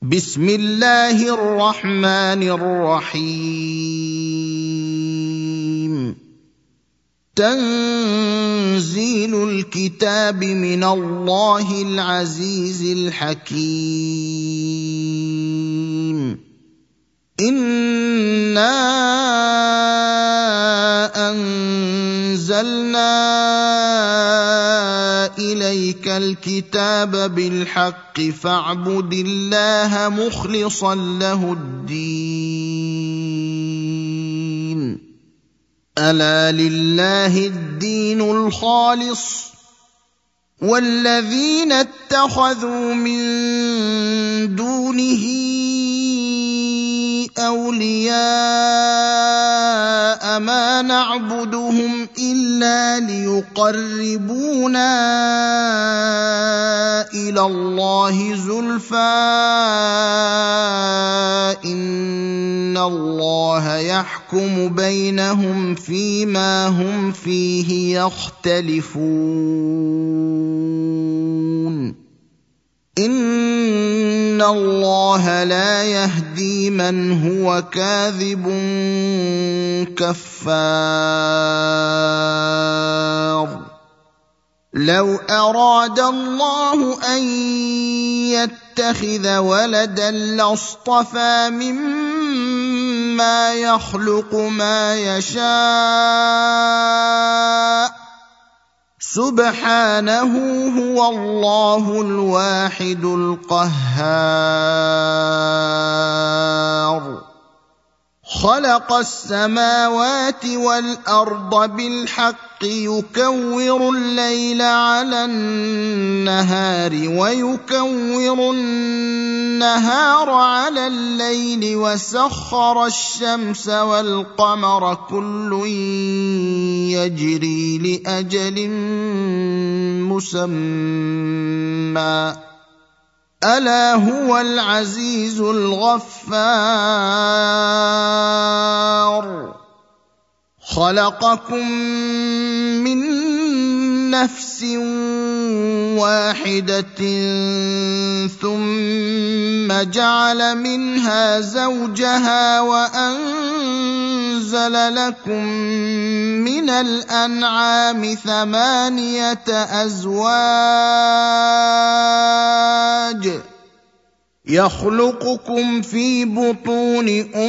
بسم الله الرحمن الرحيم تنزيل الكتاب من الله العزيز الحكيم إنا أنزلنا إليك الكتاب بالحق فاعبد الله مخلصا له الدين ألا لله الدين الخالص والذين اتخذوا من دونه أولياء ما نعبدهم إلا ليقربونا إلى الله زلفى إن الله يحكم بينهم فيما هم فيه يختلفون إن الله لا يهدي من هو كاذب كفار لو أراد الله أن يتخذ ولدا لاصطفى مما يخلق ما يشاء سبحانه هو الله الواحد القهار خلق السماوات والأرض بالحق يكور الليل على النهار ويكور النهار على الليل وسخر الشمس والقمر كل يجري لأجل مسمى ألا هو العزيز الغفار خلقكم من نفس واحدة ثم جعل منها زوجها وأنزل لكم من الأنعام 8 أزواج يخلقكم في بطون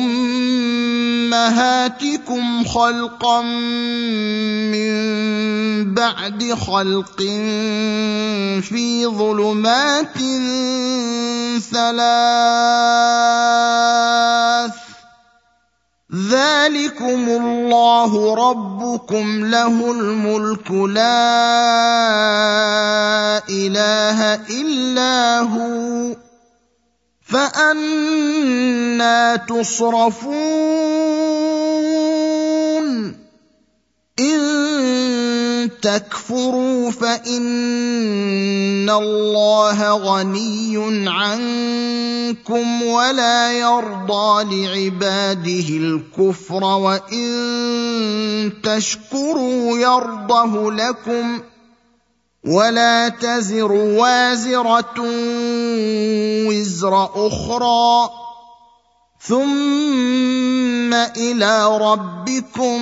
أمهاتكم خلقا من بعد خلق في ظلمات 3 ذلكم الله ربكم له الملك لا إله إلا هو فأنى تصرفون إن تكفروا فإن الله غني عنكم ولا يرضى لعباده الكفر وإن تشكروا يرضه لكم ولا تزر وازرة وزر أخرى ثم إلى ربكم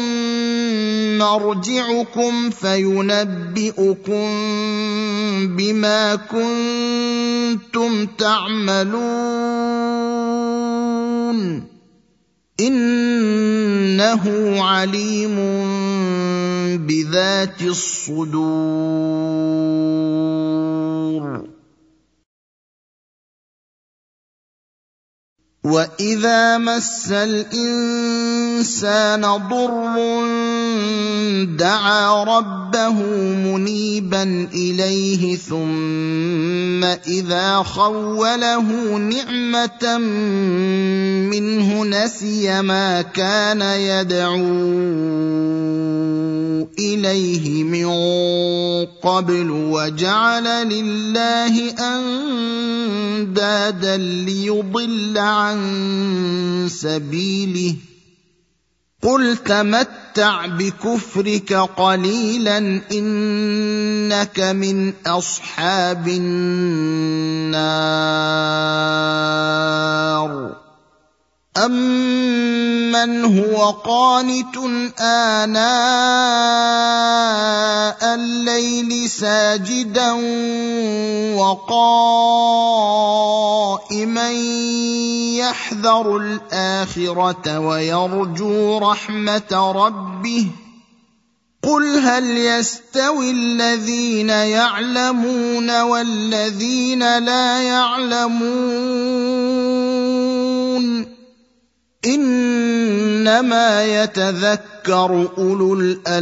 مرجعكم فينبئكم بما كنتم تعملون إنه عليم بذات الصدور وإذا مس الإنسان ضر دعا ربه منيبا إليه ثم إذا خوله نعمة منه نسي ما كان يدعو إليه من قبل وجعل لله أندادا ليضل عن سبيله قل تمتع بكفرك قليلا إنك من أصحاب النار من هو قانت آناء الليل ساجدا وقائما يحذر الآخرة ويرجو رحمة ربه قل هل يستوي الذين يعلمون والذين لا يعلمون إنما يتذكر أولو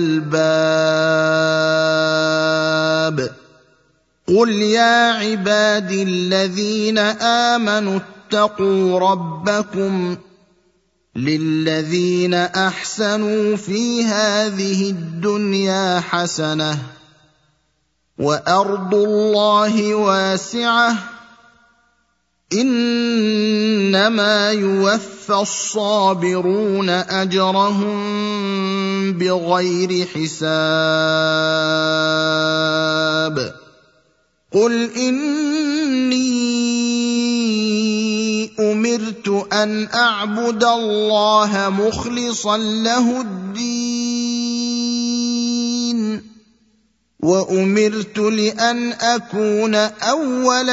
الألباب قل يا عبادي الذين آمنوا اتقوا ربكم للذين أحسنوا في هذه الدنيا حسنة وأرض الله واسعة إنما يوفى الصابرون أجرهم بغير حساب قل إني أمرت أن أعبد الله مخلصا له الدين وأمرت لأن أكون أول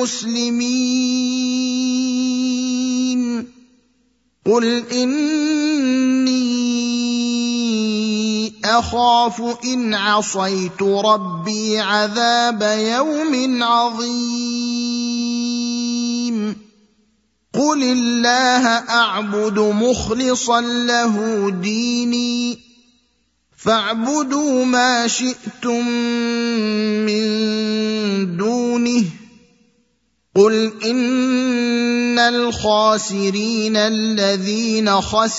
المسلمين قل إني أخاف إن عصيت ربي عذاب يوم عظيم قل الله أعبد مخلصا له ديني فاعبدوا ما شئتم من دونه قل إن الخاسرين الذين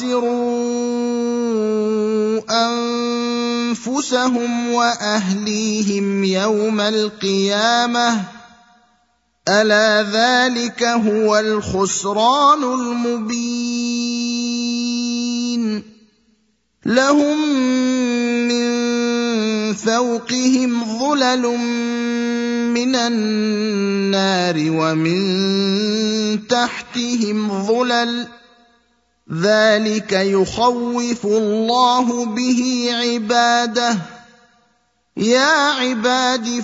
خسروا أنفسهم وأهليهم يوم القيامة ألا ذلك هو الخسران المبين لهم من فوقهم ظلل من النار ومن تحتهم ظلل ذلك يخوف الله به عباده يا عباد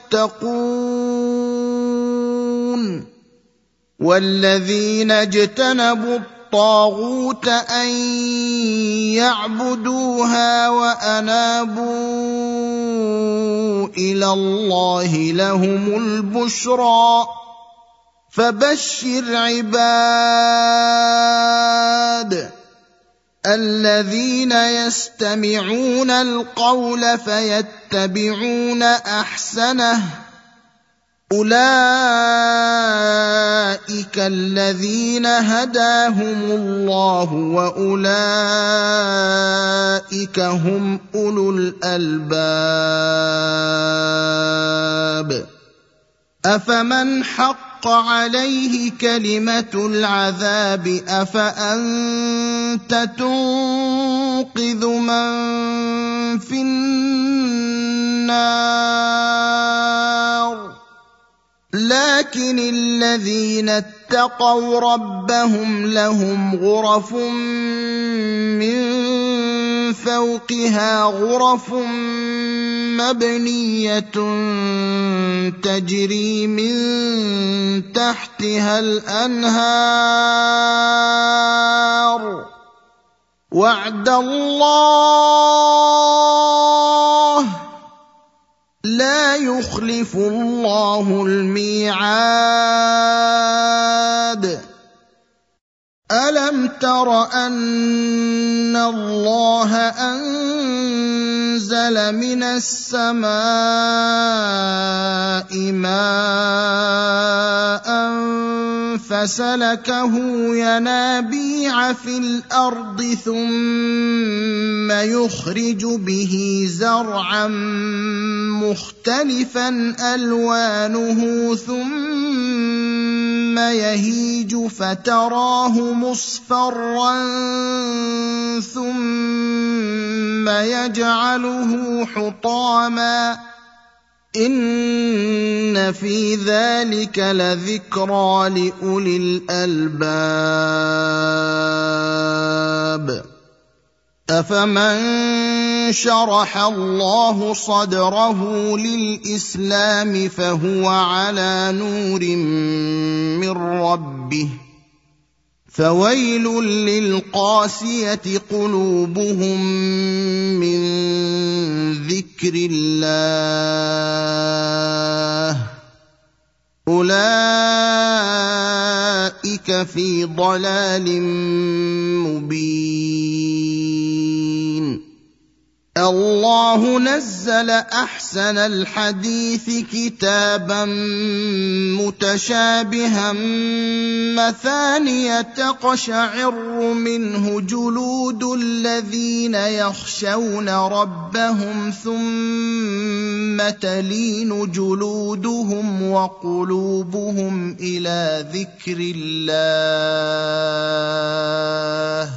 فاتقون والذين اجتنبوا الطاغوت أن يعبدوها وأنابوا إلى الله لهم البشرى فبشر عباد الذين يستمعون القول فيتبعون أحسنه أولئك الذين هداهم الله وأولئك هم أولو الألباب أفمن حق عليه كلمة العذاب أفأنت تنقذ من في النار لكن الذين اتقوا ربهم لهم غرف من فوقها غرف مبنية تجري من تحتها الأنهار وعد الله لا يخلف الله الميعاد ألم تر أن الله أنزل من السماء ماء فسلكه ينابيع في الأرض ثم يخرج به زرعا مختلفا ألوانه ثم يهيج فتراه مصفرا ثم يجعله حطاما إن في ذلك لذكرى لأولي الألباب الْكِتَابَ أَفَمَن شَرَحَ اللَّهُ صَدْرَهُ لِلْإِسْلَامِ فَهُوَ عَلَىٰ نُورٍ مِّن رَّبِّهِ فَوَيْلٌ لِّلْقَاسِيَةِ قُلُوبُهُم مِّن ذِكْرِ اللَّهِ أُولَٰئِكَ فِي ضَلَالٍ مُّبِينٍ الله نزل أحسن الحديث كتابا متشابها مثانية تقشعر منه جلود الذين يخشون ربهم ثم تلين جلودهم وقلوبهم إلى ذكر الله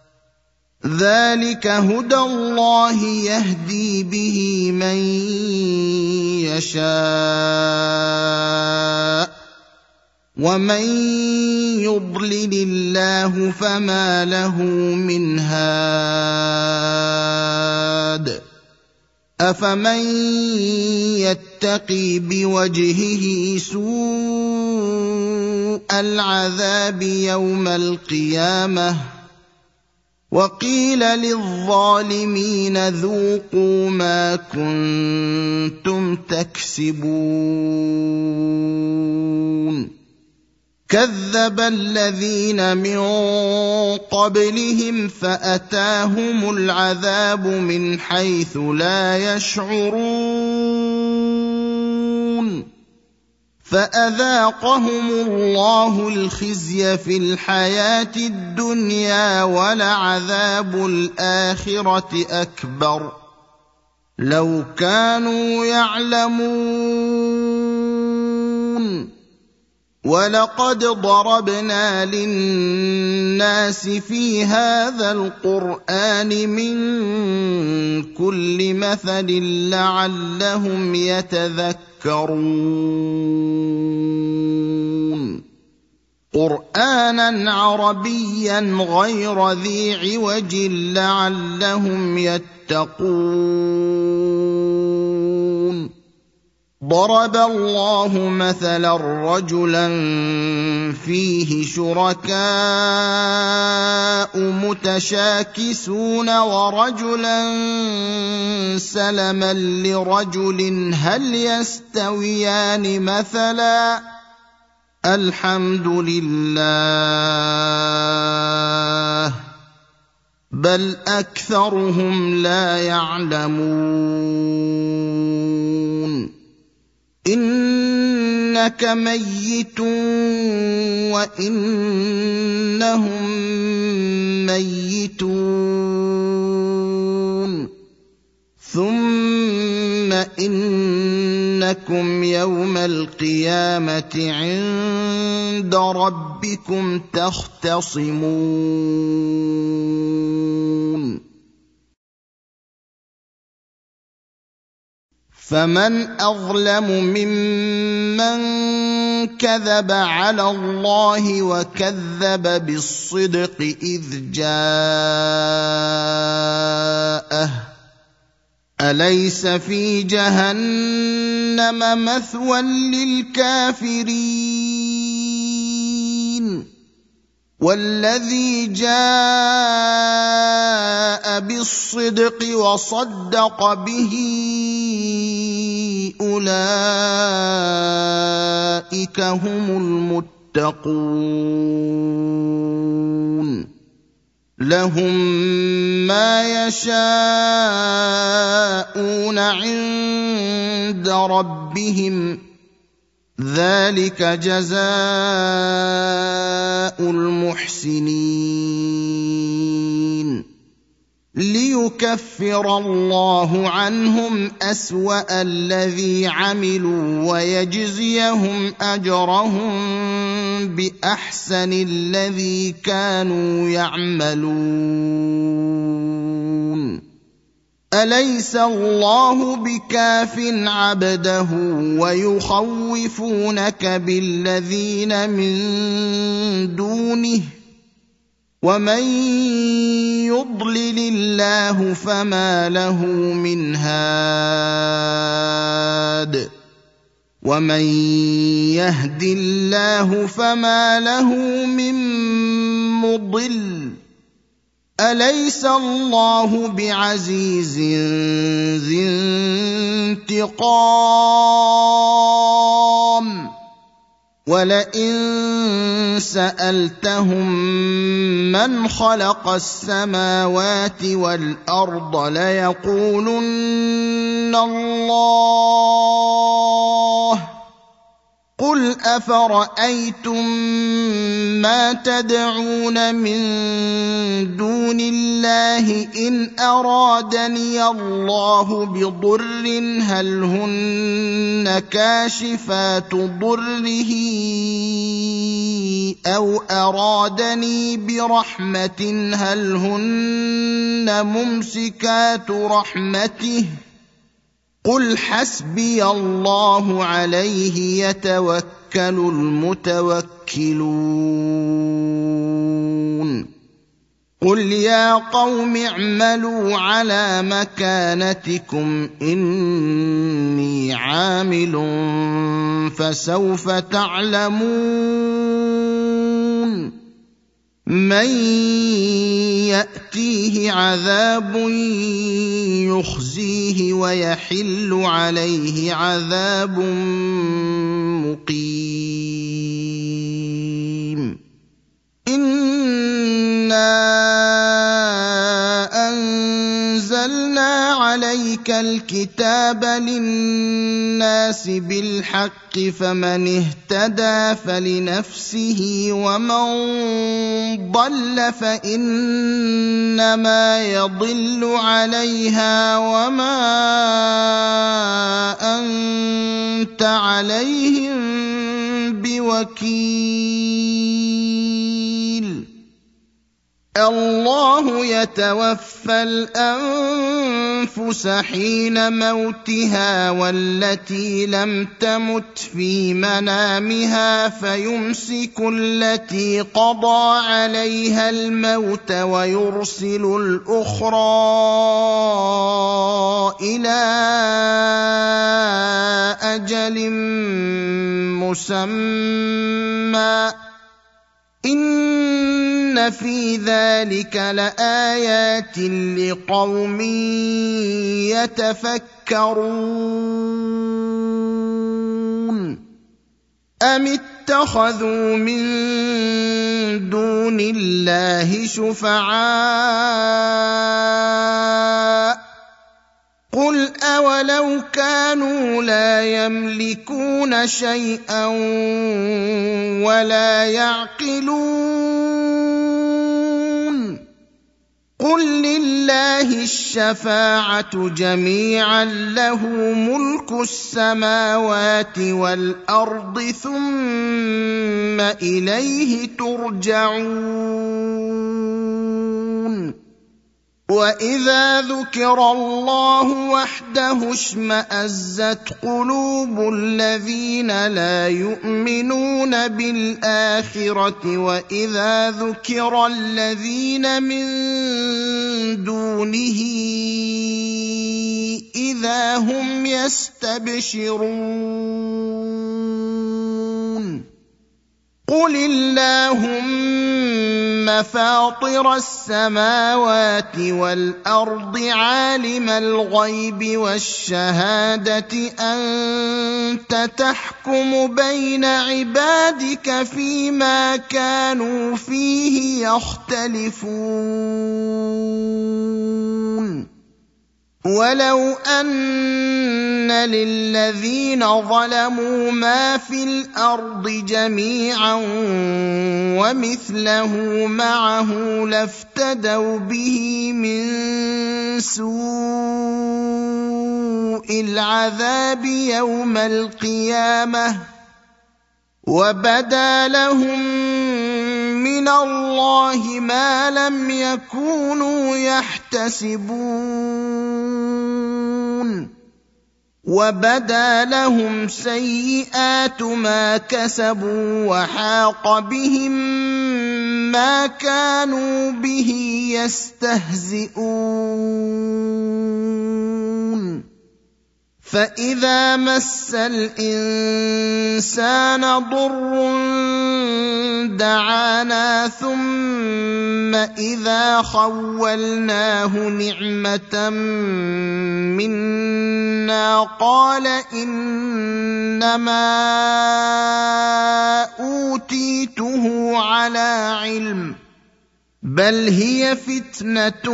ذلك هدى الله يهدي به من يشاء ومن يضلل الله فما له من هاد أفمن يتقي بوجهه سوء العذاب يوم القيامة وقيل للظالمين ذوقوا ما كنتم تكسبون كذب الذين من قبلهم فأتاهم العذاب من حيث لا يشعرون فأذاقهم الله الخزي في الحياة الدنيا ولعذاب الآخرة أكبر لو كانوا يعلمون ولقد ضربنا للناس في هذا القرآن من كل مثل لعلهم يتذكرون قرآنا عربيا غير ذي عوج لعلهم يتقون ضرب الله مثلا رجلا فيه شركاء متشاكسون ورجلا سلما لرجل هل يستويان مثلا الحمد لله بل أكثرهم لا يعلمون إنك ميت وإنهم ميتون ثم إنكم يوم القيامة عند ربكم تختصمون فمن أظلم ممن كذب على الله وكذب بالصدق إذ جاءه أليس في جهنم مثوى للكافرين والذي جاء بالصدق وصدق به أولئك هم المتقون لهم ما يشاءون عند ربهم ذلك جزاء المحسنين ليكفر الله عنهم أسوأ الذي عملوا ويجزيهم أجرهم بأحسن الذي كانوا يعملون أليس الله بكاف عبده ويخوفونك بالذين من دونه ومن يضلل الله فما له من هاد ومن يهد الله فما له من مضل أليس الله بعزيز ذي انتقام ولئن سألتهم من خلق السماوات والأرض ليقولن الله قل أفرأيتم ما تدعون من دون الله إن أرادني الله بضر هل هن كاشفات ضره أو أرادني برحمة هل هن ممسكات رحمته قل حسبي الله عليه يتوكل المتوكلون قل يا قوم اعملوا على مكانتكم إني عامل فسوف تعلمون من يأتيه عذاب يخزيه ويحل عليه عذاب مقيم إنا أنزلنا عليك الكتاب للناس بالحق فمن اهتدى فلنفسه ومن ضل فإنما يضل عليها وما أنت عليهم بوكيل الله يتوفى الأنفس حين موتها والتي لم تمت في منامها فيمسك التي قضى عليها الموت ويرسل الأخرى إلى أجل مسمى إن في ذلك لآيات لقوم يتفكرون أم اتخذوا من دون الله شفعاء قل أولو كانوا لا يملكون شيئا ولا يعقلون قل لله الشفاعة جميعا له ملك السماوات والأرض ثم إليه ترجعون وإذا ذكر الله وحده اشمأزت قلوب الذين لا يؤمنون بالآخرة وإذا ذكر الذين من دونه إذا هم يستبشرون قل اللهم فاطر السماوات والأرض عالم الغيب والشهادة أنت تحكم بين عبادك فيما كانوا فيه يختلفون ولو أن للذين ظلموا ما في الأرض جميعا ومثله معه لافتدوا به من سوء العذاب يوم القيامة وبدا لهم من الله ما لم يكونوا يحتسبون وبدا لهم سيئات ما كسبوا وحاق بهم ما كانوا به يستهزئون فإذا مس الإنسان ضر دعانا ثم إذا خولناه نعمة منا قال إنما أوتيته على علم بل هي فتنة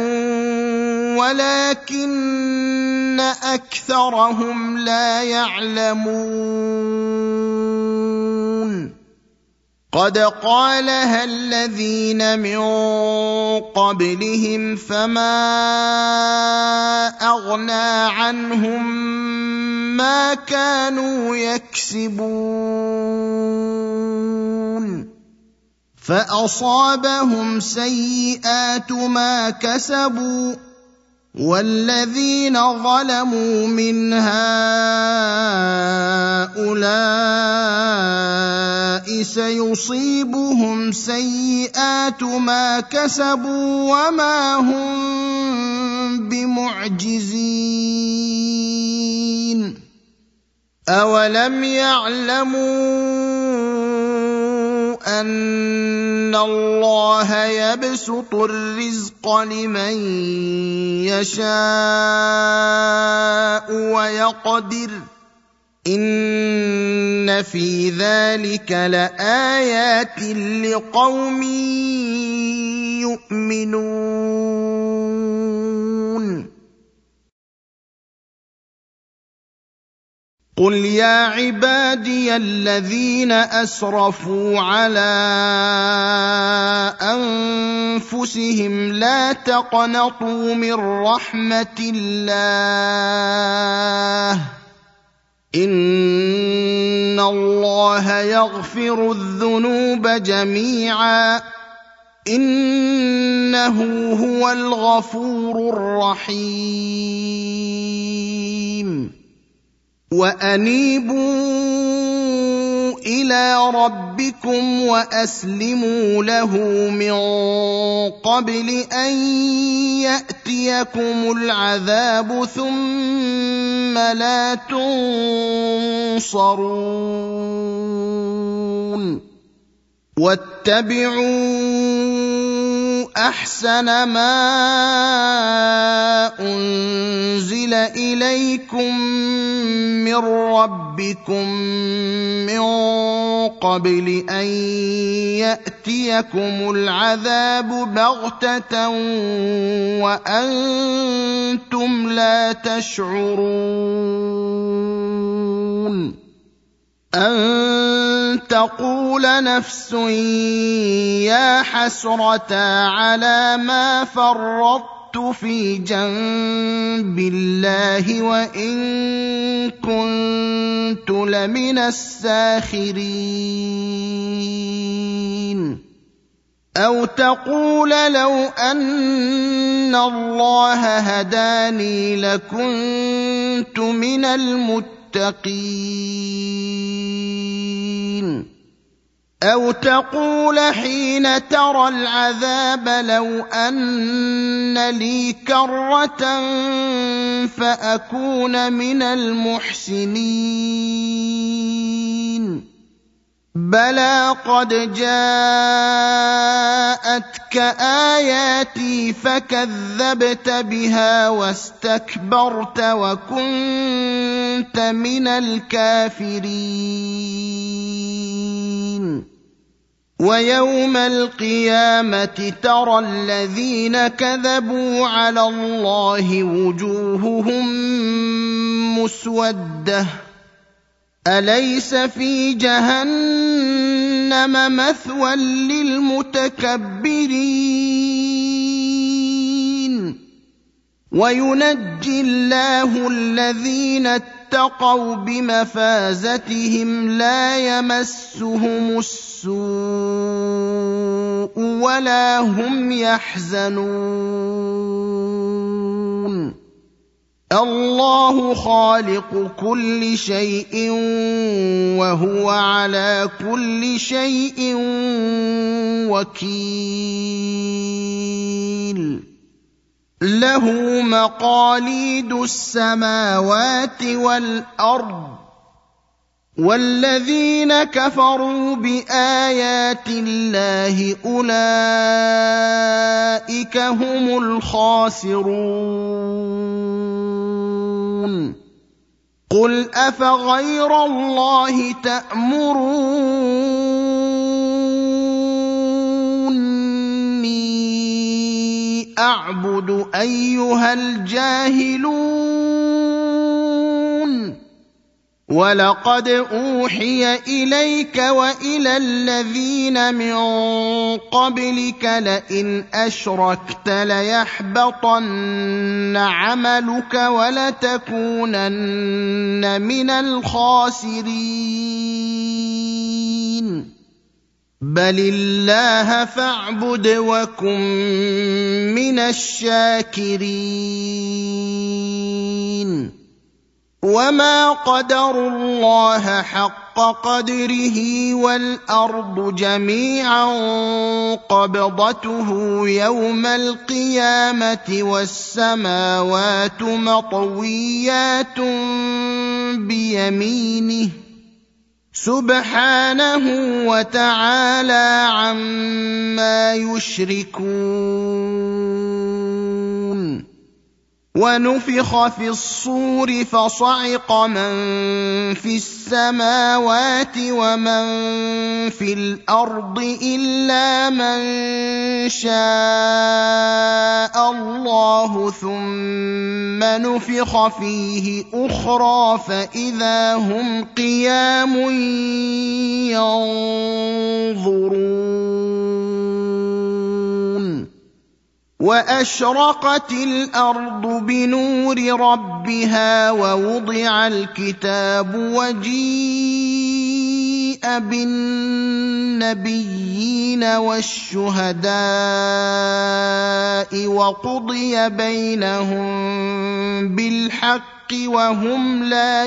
ولكن أكثرهم لا يعلمون قد قالها الذين من قبلهم فما أغنى عنهم ما كانوا يكسبون فأصابهم سيئات ما كسبوا والذين ظلموا من هؤلاء سيصيبهم سيئات ما كسبوا وما هم بمعجزين أولم يعلموا أن الله يبسط الرزق لمن يشاء ويقدر إن في ذلك لآيات لقوم يؤمنون قل يا عبادي الذين أسرفوا على أنفسهم لا تقنطوا من رحمة الله إن الله يغفر الذنوب جميعا إنه هو الغفور الرحيم وأنيبوا إلى ربكم وأسلموا له من قبل أن يأتيكم العذاب ثم لا تنصرون واتبعوا أحسن ما أنزل إليكم من ربكم من قبل أن يأتيكم العذاب بغتة وأنتم لا تشعرون أن تقول نفس يا حسرة على ما فرطت في جنب الله وإن كنت لمن الساخرين أو تقول لو أن الله هداني لكنت من المتقين أو تقول حين ترى العذاب لو أن لي كرة فأكون من المحسنين بلى قد جاءتك آياتي فكذبت بها واستكبرت وكنت من الكافرين ويوم القيامة ترى الذين كذبوا على الله وجوههم مسودة أليس في جهنم مثوى للمتكبرين وينجي الله الذين اتقوا بمفازتهم لا يمسهم السوء ولا هم يحزنون الله خالق كل شيء وهو على كل شيء وكيل. له مقاليد السماوات والأرض، والذين كفروا بآيات الله أولئك هم الخاسرون. قل أفغير الله تأمروني أعبد أيها الجاهلون؟ ولقد أوحي إليك وإلى الذين من قبلك لئن أشركت ليحبطن عملك ولتكونن من الخاسرين. بل الله فاعبد وكن من الشاكرين. وما قدروا الله حق قدره والأرض جميعا قبضته يوم القيامة والسماوات مطويات بيمينه سبحانه وتعالى عما يشركون. ونفخ في الصور فصعق من في السماوات ومن في الأرض إلا من شاء الله، ثم نفخ فيه أخرى فإذا هم قيام ينظرون. وأشرقت الأرض بنور ربها ووضع الكتاب وجيء بالنبيين والشهداء وقضي بينهم بالحق وهم لا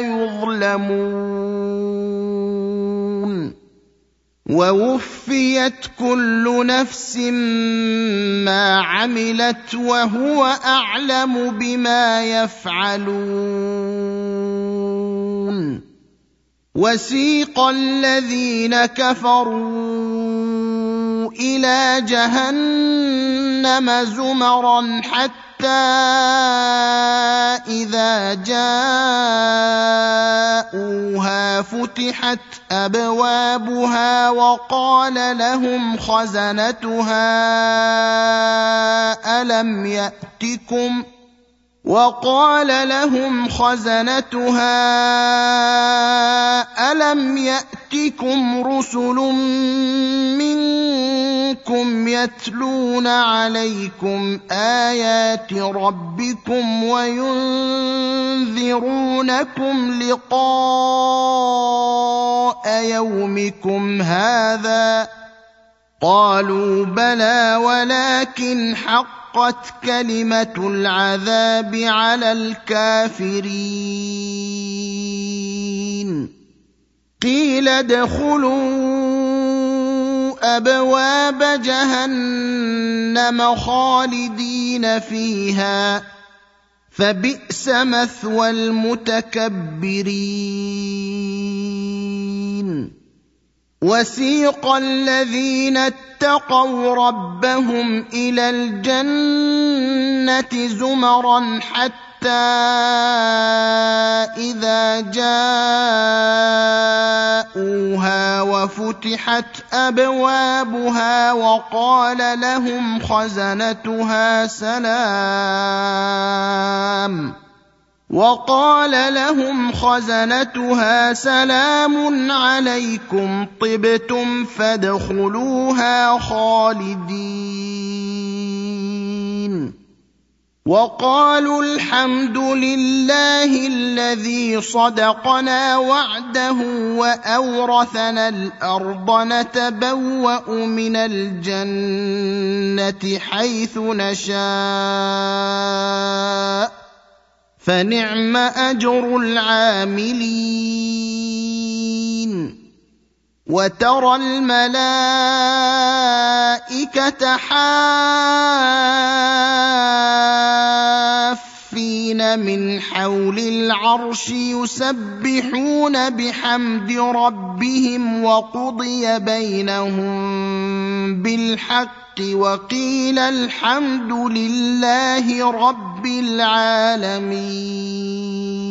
يظلمون. ووفيت كل نفس ما عملت وهو أعلم بما يفعلون. وسيق الذين كفروا إلى جهنم زمرا حتى إذا جاءوها فتحت أبوابها وقال لهم خزنتها ألم يأتكم رسل منكم يتلون عليكم آيات ربكم وينذرونكم لقاء يومكم هذا؟ قالوا بلى ولكن حقت كلمة العذاب على الكافرين. قيل ادخلوا أبواب جهنم خالدين فيها فبئس مثوى المتكبرين. وسيق الذين اتقوا ربهم إلى الجنة زمرا حتى إذا جاءوها وفتحت أبوابها وقال لهم خزنتها سلام عليكم طبتم فادخلوها خالدين. وقالوا الحمد لله الذي صدقنا وعده وأورثنا الأرض نتبوأ من الجنة حيث نشاء فنعم اجر العاملين. وترى الملائكه حافين من حول العرش يسبحون بحمد ربهم وقضي بينهم بالحق وقيل الحمد لله رب العالمين.